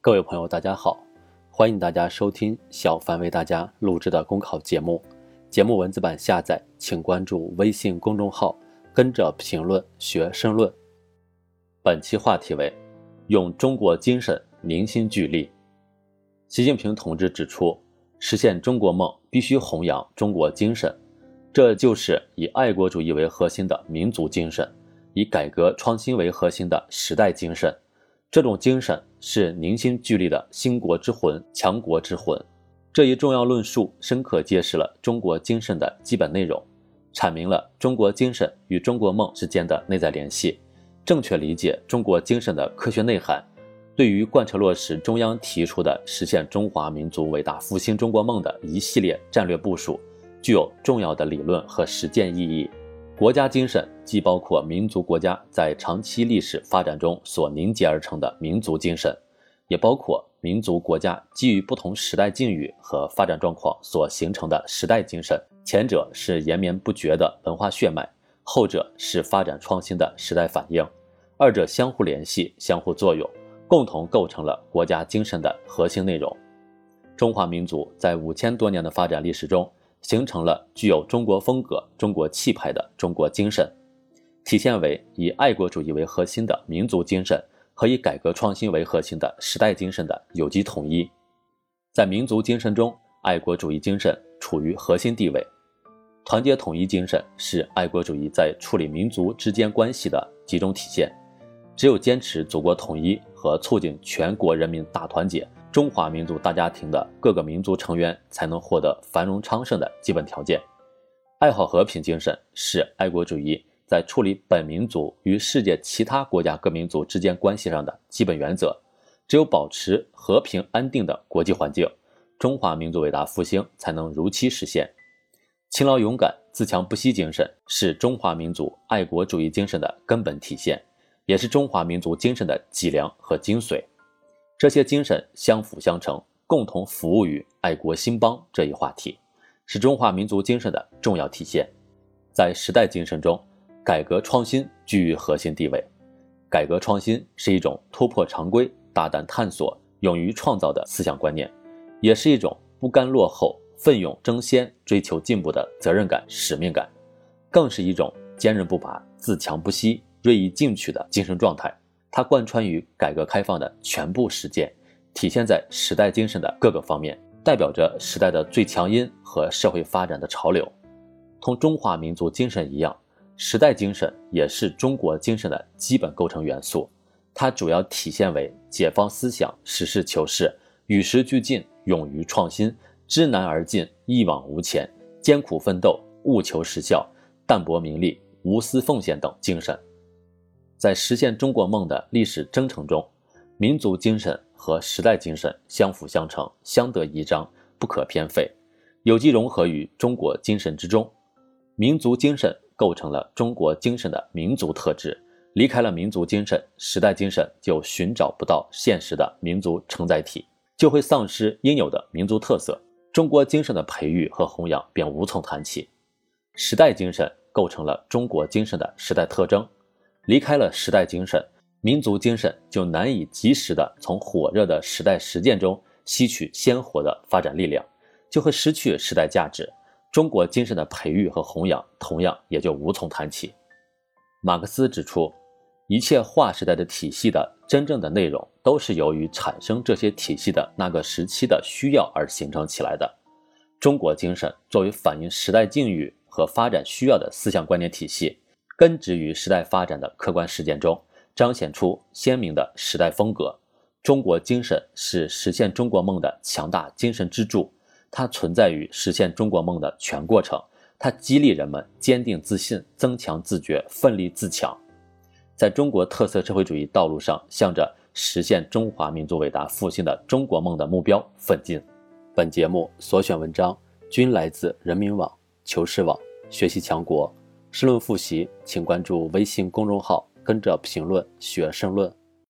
各位朋友大家好，欢迎大家收听小凡为大家录制的公考节目。节目文字版下载请关注微信公众号，跟着评论学申论。本期话题为用中国精神凝心聚力。习近平同志指出，实现中国梦必须弘扬中国精神，这就是以爱国主义为核心的民族精神，以改革创新为核心的时代精神。这种精神是凝心聚力的兴国之魂、强国之魂。这一重要论述深刻揭示了中国精神的基本内容，阐明了中国精神与中国梦之间的内在联系，正确理解中国精神的科学内涵，对于贯彻落实中央提出的实现中华民族伟大复兴中国梦的一系列战略部署，具有重要的理论和实践意义。国家精神既包括民族国家在长期历史发展中所凝结而成的民族精神，也包括民族国家基于不同时代境遇和发展状况所形成的时代精神，前者是延绵不绝的文化血脉，后者是发展创新的时代反应，二者相互联系、相互作用，共同构成了国家精神的核心内容。中华民族在5000多年的发展历史中，形成了具有中国风格、中国气派的中国精神，体现为以爱国主义为核心的民族精神和以改革创新为核心的时代精神的有机统一。在民族精神中，爱国主义精神处于核心地位，团结统一精神是爱国主义在处理民族之间关系的集中体现。只有坚持祖国统一和促进全国人民大团结，中华民族大家庭的各个民族成员才能获得繁荣昌盛的基本条件。爱好和平精神是爱国主义在处理本民族与世界其他国家各民族之间关系上的基本原则。只有保持和平安定的国际环境，中华民族伟大复兴才能如期实现。勤劳勇敢、自强不息精神是中华民族爱国主义精神的根本体现，也是中华民族精神的脊梁和精髓。这些精神相辅相成，共同服务于爱国兴邦这一话题，是中华民族精神的重要体现。在时代精神中，改革创新居于核心地位。改革创新是一种突破常规、大胆探索、勇于创造的思想观念，也是一种不甘落后、奋勇争先、追求进步的责任感、使命感，更是一种坚韧不拔、自强不息、锐意进取的精神状态。它贯穿于改革开放的全部实践，体现在时代精神的各个方面，代表着时代的最强音和社会发展的潮流。同中华民族精神一样，时代精神也是中国精神的基本构成元素。它主要体现为解放思想、实事求是、与时俱进、勇于创新、知难而进、一往无前、艰苦奋斗、务求实效、淡泊名利、无私奉献等精神。在实现中国梦的历史征程中，民族精神和时代精神相辅相成，相得益彰，不可偏废，有机融合于中国精神之中。民族精神构成了中国精神的民族特质，离开了民族精神，时代精神就寻找不到现实的民族承载体，就会丧失应有的民族特色，中国精神的培育和弘扬便无从谈起。时代精神构成了中国精神的时代特征，离开了时代精神，民族精神就难以及时地从火热的时代实践中吸取鲜活的发展力量，就会失去时代价值，中国精神的培育和弘扬同样也就无从谈起。马克思指出，一切划时代的体系的真正的内容都是由于产生这些体系的那个时期的需要而形成起来的。中国精神作为反映时代境遇和发展需要的思想观念体系，根植于时代发展的客观实践中，彰显出鲜明的时代风格。中国精神是实现中国梦的强大精神支柱，它存在于实现中国梦的全过程，它激励人们坚定自信、增强自觉、奋力自强，在中国特色社会主义道路上向着实现中华民族伟大复兴的中国梦的目标奋进。本节目所选文章均来自人民网、求是网、学习强国。申论复习请关注微信公众号，跟着评论学申论。